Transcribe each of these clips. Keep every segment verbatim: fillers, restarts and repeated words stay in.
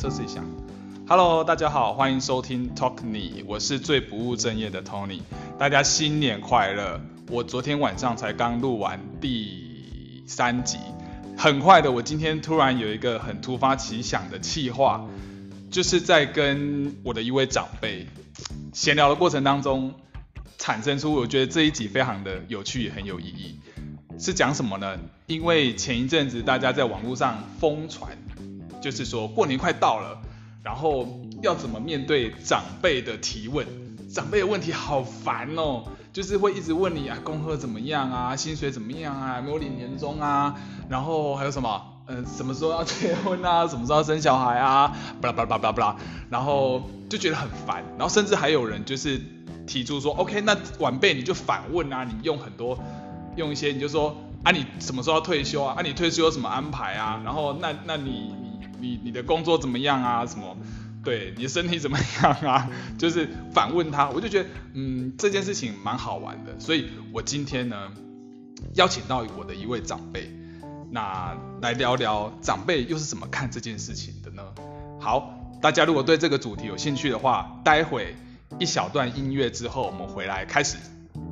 测试一下。Hello， 大家好，欢迎收听 Talk 你，我是最不务正业的 Tony。大家新年快乐！我昨天晚上才刚录完第三集，很快的，我今天突然有一个很突发奇想的企划，就是在跟我的一位长辈闲聊的过程当中，产生出我觉得这一集非常的有趣也很有意义。是讲什么呢？因为前一阵子大家在网络上疯传，就是说过年快到了，然后要怎么面对长辈的提问。长辈的问题好烦哦，就是会一直问你啊，恭贺怎么样啊，薪水怎么样啊，有没有领年终啊，然后还有什么，嗯、呃，什么时候要结婚啊，什么时候要生小孩啊，巴拉巴拉巴拉巴拉，然后就觉得很烦，然后甚至还有人就是提出说 ，OK， 那晚辈你就反问啊，你用很多。用一些你就说啊，你什么时候要退休啊？啊，你退休有什么安排啊？然后那那你你你你的工作怎么样啊？什么？对，你的身体怎么样啊？就是反问他，我就觉得嗯这件事情蛮好玩的，所以我今天呢邀请到我的一位长辈，那来聊聊长辈又是怎么看这件事情的呢？好，大家如果对这个主题有兴趣的话，待会一小段音乐之后，我们回来开始。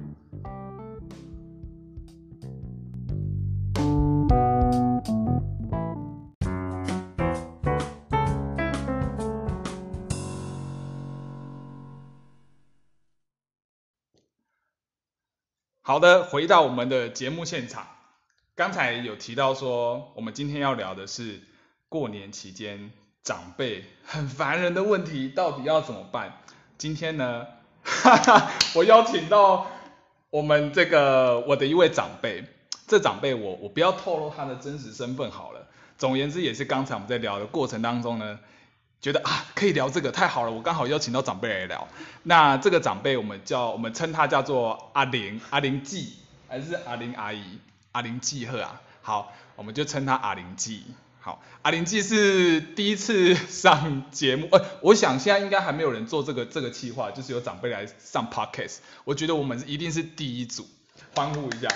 好的，回到我们的节目现场。刚才有提到说，我们今天要聊的是过年期间长辈很烦人的问题，到底要怎么办？今天呢，哈哈，我邀请到我们这个我的一位长辈，这长辈我我不要透露他的真实身份好了。总而言之，也是刚才我们在聊的过程当中呢。觉得啊，可以聊这个，太好了！我刚好邀请到长辈来聊。那这个长辈，我们叫我们称他叫做阿玲，阿玲记，还是阿玲阿姨，阿玲记贺啊。好，我们就称他阿玲记。好，阿玲记是第一次上节目，呃，我想现在应该还没有人做这个这个企划，就是有长辈来上 podcast。我觉得我们一定是第一组，欢呼一下。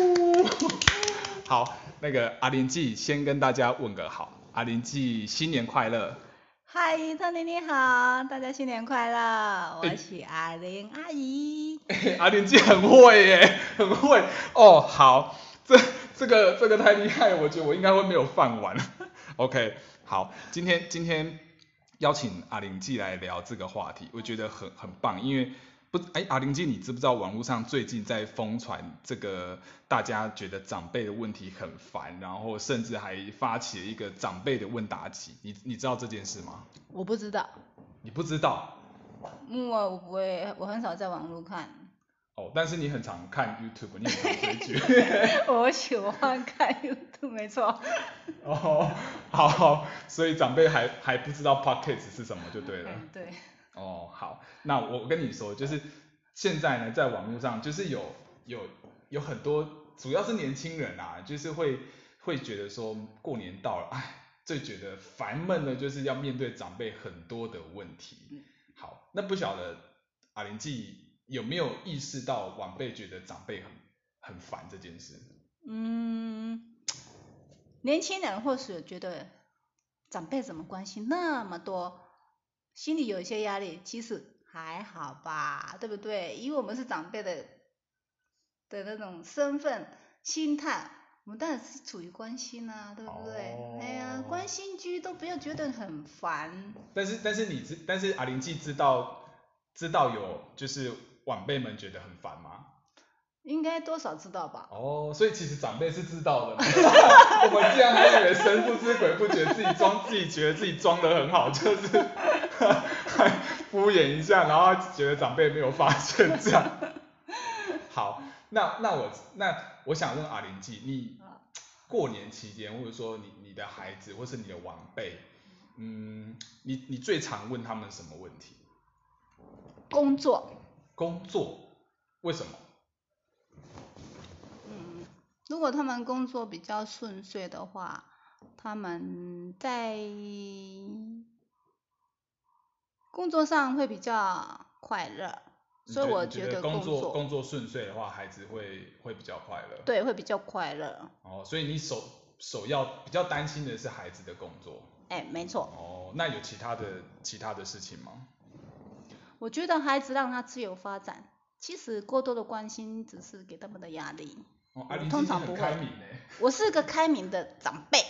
好，那个阿玲记先跟大家问个好，阿玲记新年快乐。 嗨，特妮你好，大家新年快乐！我是阿玲阿姨。 欸、阿玲姐很会耶，很会哦。好，这这个这个太厉害，我觉得我应该会没有饭碗。OK， 好，今天今天邀请阿玲记来聊这个话题，我觉得很很棒，因为不哎，阿玲记你知不知道网络上最近在疯传这个大家觉得长辈的问题很烦，然后甚至还发起了一个长辈的问答集，你你知道这件事吗？ 我不知道。 你不知道？ 嗯，我不会，我很少在网络看。 哦，但是你很常看 YouTube， 你很常追剧。 我喜欢看 YouTube， 没错。 哦，好，所以长辈还还不知道 Podcast 是什么就对了。 嗯、对。 哦，好，那我跟你说，就是现在呢，在网络上就是有有有很多，主要是年轻人啊，就是会会觉得说过年到了，哎，最觉得烦闷的就是要面对长辈很多的问题。好，那不晓得阿玲记有没有意识到晚辈觉得长辈很很烦这件事？ 嗯，年轻人或许觉得长辈怎么关心那么多，心里有一些压力，其实还好吧，对不对？因为我们是长辈的的那种身份心态，我们当然是处于关心啊，对不对？哦、哎呀，关心居都不要觉得很烦。 但是但是你知，但是阿玲记知道知道有就是晚辈们觉得很烦吗？ 应该多少知道吧。 哦，所以其实长辈是知道的。我们竟然还以为神不知鬼不觉，自己装自己觉得自己装得很好，就是还敷衍一下，然后觉得长辈没有发现这样。好，那那我那我想问阿玲记，你过年期间，或者说你你的孩子或是你的晚辈，嗯，你你最常问他们什么问题？ 工作。 工作？为什么？ 嗯，如果他们工作比较顺遂的话，他们在工作上会比较快乐，所以我觉得工作工作顺遂的话，孩子会会比较快乐。 对，会比较快乐。 哦，所以你首首要比较担心的是孩子的工作。 哎，没错。 哦，那有其他的其他的事情吗？ 我觉得孩子让他自由发展，其实过多的关心只是给他们的压力。 哦，阿玲通常不会。我是个开明的长辈。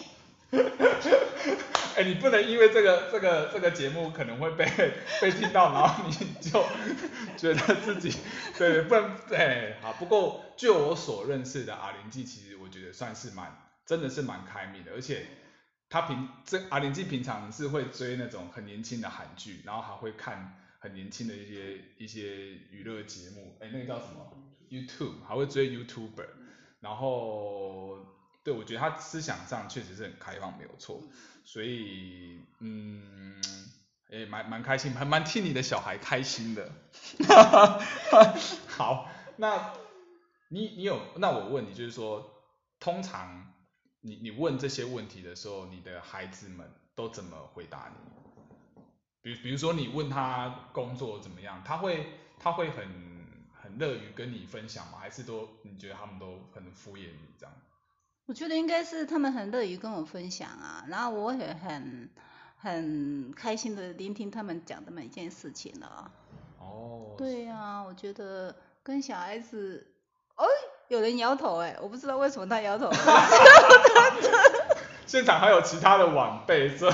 哎、欸，你不能因为这个这个这个节目可能会被被听到，然后你就觉得自己对不能对好。不过就我所认识的阿玲记，其实我觉得算是蛮真的是蛮开明的，而且他平这阿玲记平常是会追那种很年轻的韩剧，然后还会看很年轻的一些一些娱乐节目，哎、欸，那个叫什么 YouTube， 还会追 YouTuber， 然后。对，我觉得他思想上确实是很开放，没有错，所以嗯，也蛮蛮开心，还蛮替你的小孩开心的。好，那你你有，那我问你，就是说，通常你你问这些问题的时候，你的孩子们都怎么回答你？比比如说你问他工作怎么样，他会他会很很乐于跟你分享吗？还是都你觉得他们都很敷衍你这样？ 我觉得应该是他们很乐于跟我分享啊，然后我也很很开心的聆听他们讲的每一件事情了。 哦。 对呀、啊，我觉得跟小孩子，哦，有人摇头哎，我不知道为什么他摇头。 现场还有其他的晚辈，所以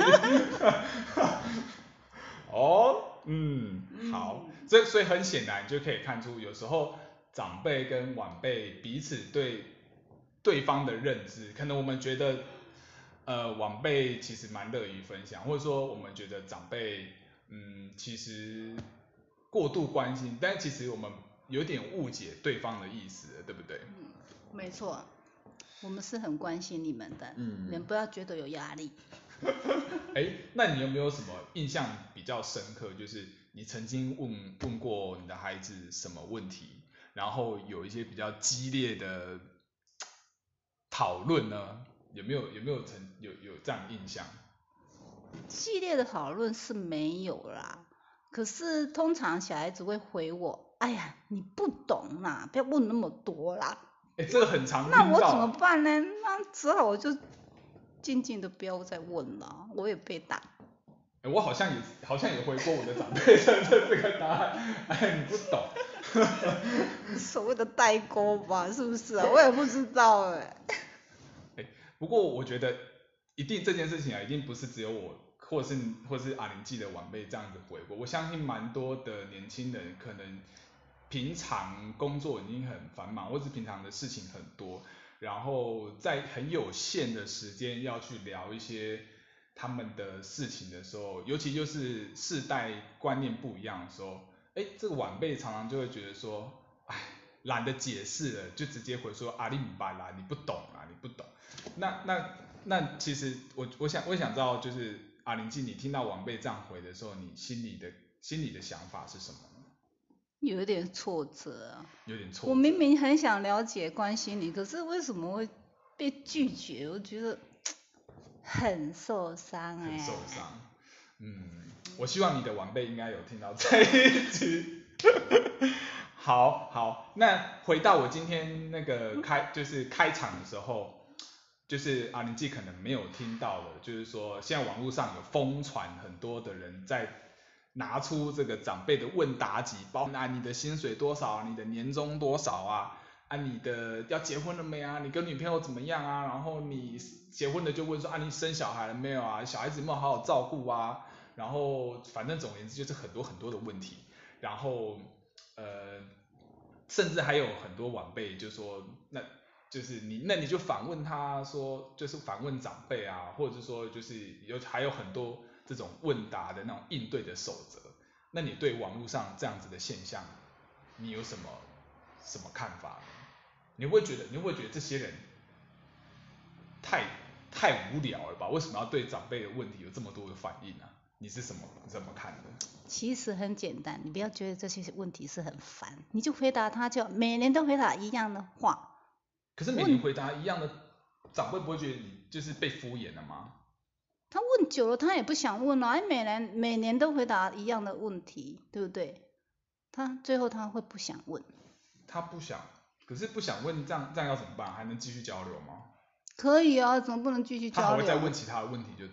哦，嗯，好，所以所以很显然就可以看出，有时候长辈跟晚辈彼此对对方的认知，可能我们觉得呃晚辈其实蛮乐于分享，或者说我们觉得长辈嗯其实过度关心，但其实我们有点误解对方的意思，对不对？ 嗯，没错，我们是很关心你们的，嗯，你们不要觉得有压力。 哎，那你有没有什么印象比较深刻？就是你曾经问问过你的孩子什么问题，然后有一些比较激烈的讨论呢？有没有有没有曾有有这样的印象？ 激烈的讨论是没有啦，可是通常小孩子会回我，哎呀，你不懂啦，不要问那么多啦。 哎，这个很常听到。那我怎么办呢？那只好我就静静的不要再问了，我也被打。 哎，我好像也好像也回过我的长辈的这个答案，哎，你不懂。 所谓的代沟吧，是不是啊？我也不知道哎。 哎，不过我觉得一定这件事情啊，一定不是只有我，或是或是阿玲记的晚辈这样子回过。我相信蛮多的年轻人可能平常工作已经很繁忙，或是平常的事情很多，然后在很有限的时间要去聊一些他们的事情的时候，尤其就是世代观念不一样的时候，哎，这个晚辈常常就会觉得说，哎，懒得解释了，就直接回说阿里姆巴啦，你不懂啊，你不懂。那那那其实我我想我想知道，就是阿玲记，你听到晚辈这样回的时候，你心里的心里的想法是什么呢？ 有一点挫折。 有点挫折。 我明明很想了解关心你，可是为什么会被拒绝？我觉得很受伤哎、欸。 很受伤。嗯，我希望你的晚辈应该有听到这一集。好好，那回到我今天那个开就是开场的时候，就是阿玲记可能没有听到的，就是说现在网络上有疯传很多的人在拿出这个长辈的问答集，包括啊你的薪水多少，你的年终多少啊，啊你的要结婚了没啊，你跟女朋友怎么样啊，然后你结婚了就问说啊你生小孩了没有啊，小孩子有没有好好照顾啊，然后反正总而言之就是很多很多的问题，然后呃甚至还有很多晚辈就说那就是你那你就反问他说就是反问长辈啊，或者是说就是有还有很多这种问答的那种应对的守则，那你对网络上这样子的现象你有什么什么看法呢？你会不会觉得你会不会觉得这些人太太无聊了吧？为什么要对长辈的问题有这么多的反应啊？你是什么怎么看的？ 其实很简单，你不要觉得这些问题是很烦，你就回答他，就每年都回答一样的话。 可是每年回答一样的，长辈不会觉得你就是被敷衍了吗？ 他问久了，他也不想问了，哎，每年每年都回答一样的问题，对不对？他最后他会不想问。 他不想，可是不想问，这样这样要怎么办？还能继续交流吗？ 可以啊，怎么不能继续交流？ 他还会再问其他的问题就对了。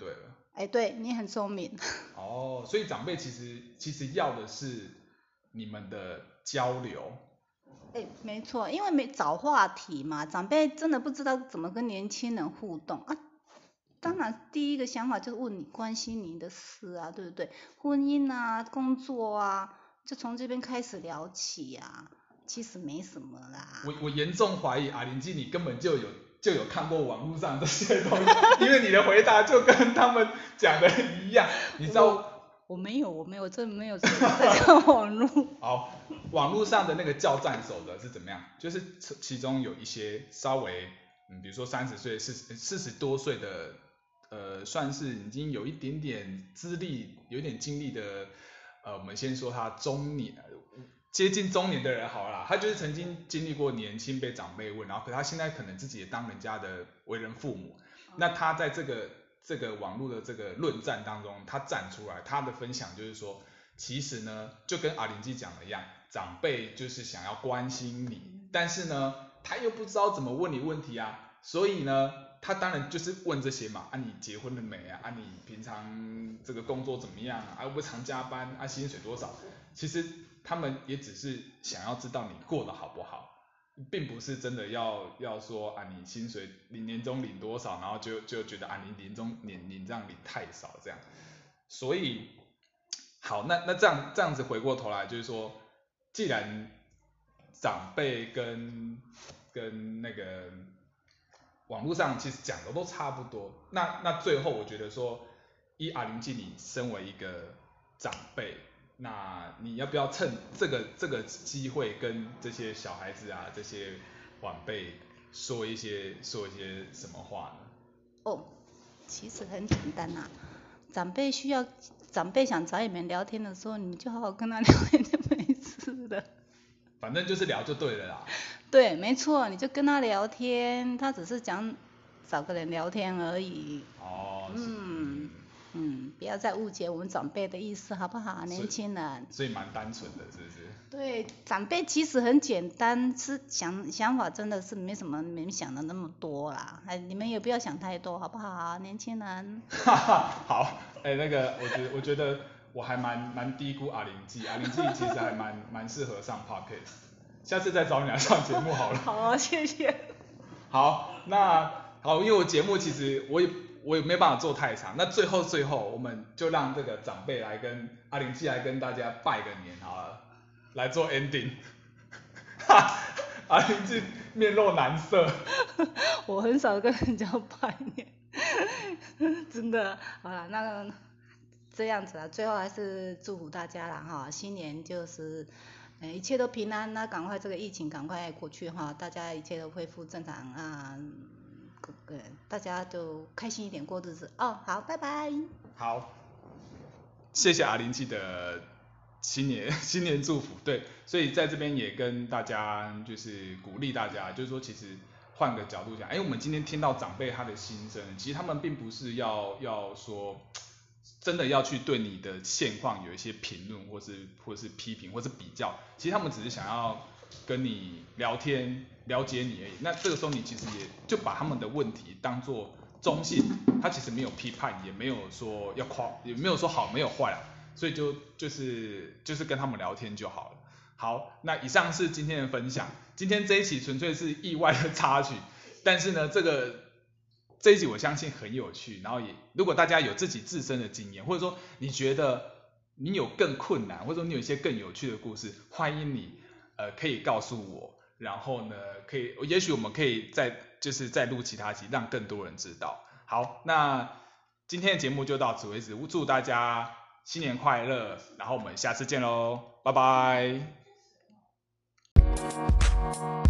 哎，对你很聪明。 哦，所以长辈其实其实要的是你们的交流。 哎，没错，因为没找话题嘛，长辈真的不知道怎么跟年轻人互动啊。当然，第一个想法就是问你关心你的事啊，对不对？婚姻啊，工作啊，就从这边开始聊起啊。其实没什么啦。 我我严重怀疑阿玲姐你根本就有就有看过网络上这些东西，因为你的回答就跟他们讲的一样，你知道？ 我, 我没有，我没有，真的没有在看网络。 好，网络上的那个教战守则是怎么样？就是其中有一些稍微，嗯，比如说三十岁、四十四十多岁的，呃，算是已经有一点点资历、有一点经历的，呃，我们先说他中年。接近中年的人好了啦，他就是曾经经历过年轻被长辈问，然后可他现在可能自己也当人家的为人父母，那他在这个这个网络的这个论战当中，他站出来，他的分享就是说，其实呢，就跟阿玲姐讲的一样，长辈就是想要关心你，但是呢，他又不知道怎么问你问题啊，所以呢，他当然就是问这些嘛，啊你结婚了没啊，啊你平常这个工作怎么样啊，啊会不会常加班，啊薪水多少，其实他们也只是想要知道你过得好不好，并不是真的要要说啊你薪水你年终领多少，然后就就觉得啊你年终年你这样领太少这样，所以好那那这样这样子回过头来就是说，既然长辈跟跟那个网络上其实讲的都差不多，那那最后我觉得说，依阿玲姐你身为一个长辈。那你要不要趁这个这个机会跟这些小孩子啊，这些晚辈说一些说一些什么话呢？ 哦，其实很简单呐、啊，长辈需要长辈想找你们聊天的时候，你们就好好跟他聊天就没事了。 反正就是聊就对了啦。 对，没错，你就跟他聊天，他只是讲找个人聊天而已。 哦， 嗯。嗯，不要再误解我们长辈的意思，好不好？年轻人。 所以蛮单纯的，是不是？ 对，长辈其实很简单，是想想法真的是没什么你们想的那么多啦。哎，你们也不要想太多，好不好？年轻人。 哈哈，好，哎、欸，那个，我觉得我觉得我还蛮蛮低估阿玲姐，阿玲姐其实还蛮蛮适合上 podcast， 下次再找你来上节目好了。 好啊，谢谢。 好，那好，因为我节目其实我也。我也没办法做太长，那最后最后我们就让这个长辈来跟阿玲姐来跟大家拜个年好了，来做 ending。哈，阿玲姐面露难色。 我很少跟人家拜年，真的。好了，那个这样子啊，最后还是祝福大家啦哈，新年就是呃一切都平安，那赶快这个疫情赶快过去哈，大家一切都恢复正常啊。呃，大家就开心一点过日子哦。好，拜拜。 好，谢谢阿玲姐的新年新年祝福。对，所以在这边也跟大家就是鼓励大家，就是说其实换个角度讲，哎，我们今天听到长辈他的心声，其实他们并不是要要说真的要去对你的现况有一些评论，或是或是批评，或是比较，其实他们只是想要跟你聊天。了解你而已，那这个时候你其实也就把他们的问题当作中性，他其实没有批判，也没有说要夸，也没有说好没有坏啊，所以就就是就是跟他们聊天就好了。好，那以上是今天的分享，今天这一期纯粹是意外的插曲，但是呢，这个这一集我相信很有趣，然后也如果大家有自己自身的经验，或者说你觉得你有更困难，或者说你有一些更有趣的故事，欢迎你呃可以告诉我。然后呢，可以，也许我们可以再就是再录其他集，让更多人知道。好，那今天的节目就到此为止，祝大家新年快乐，然后我们下次见喽，拜拜。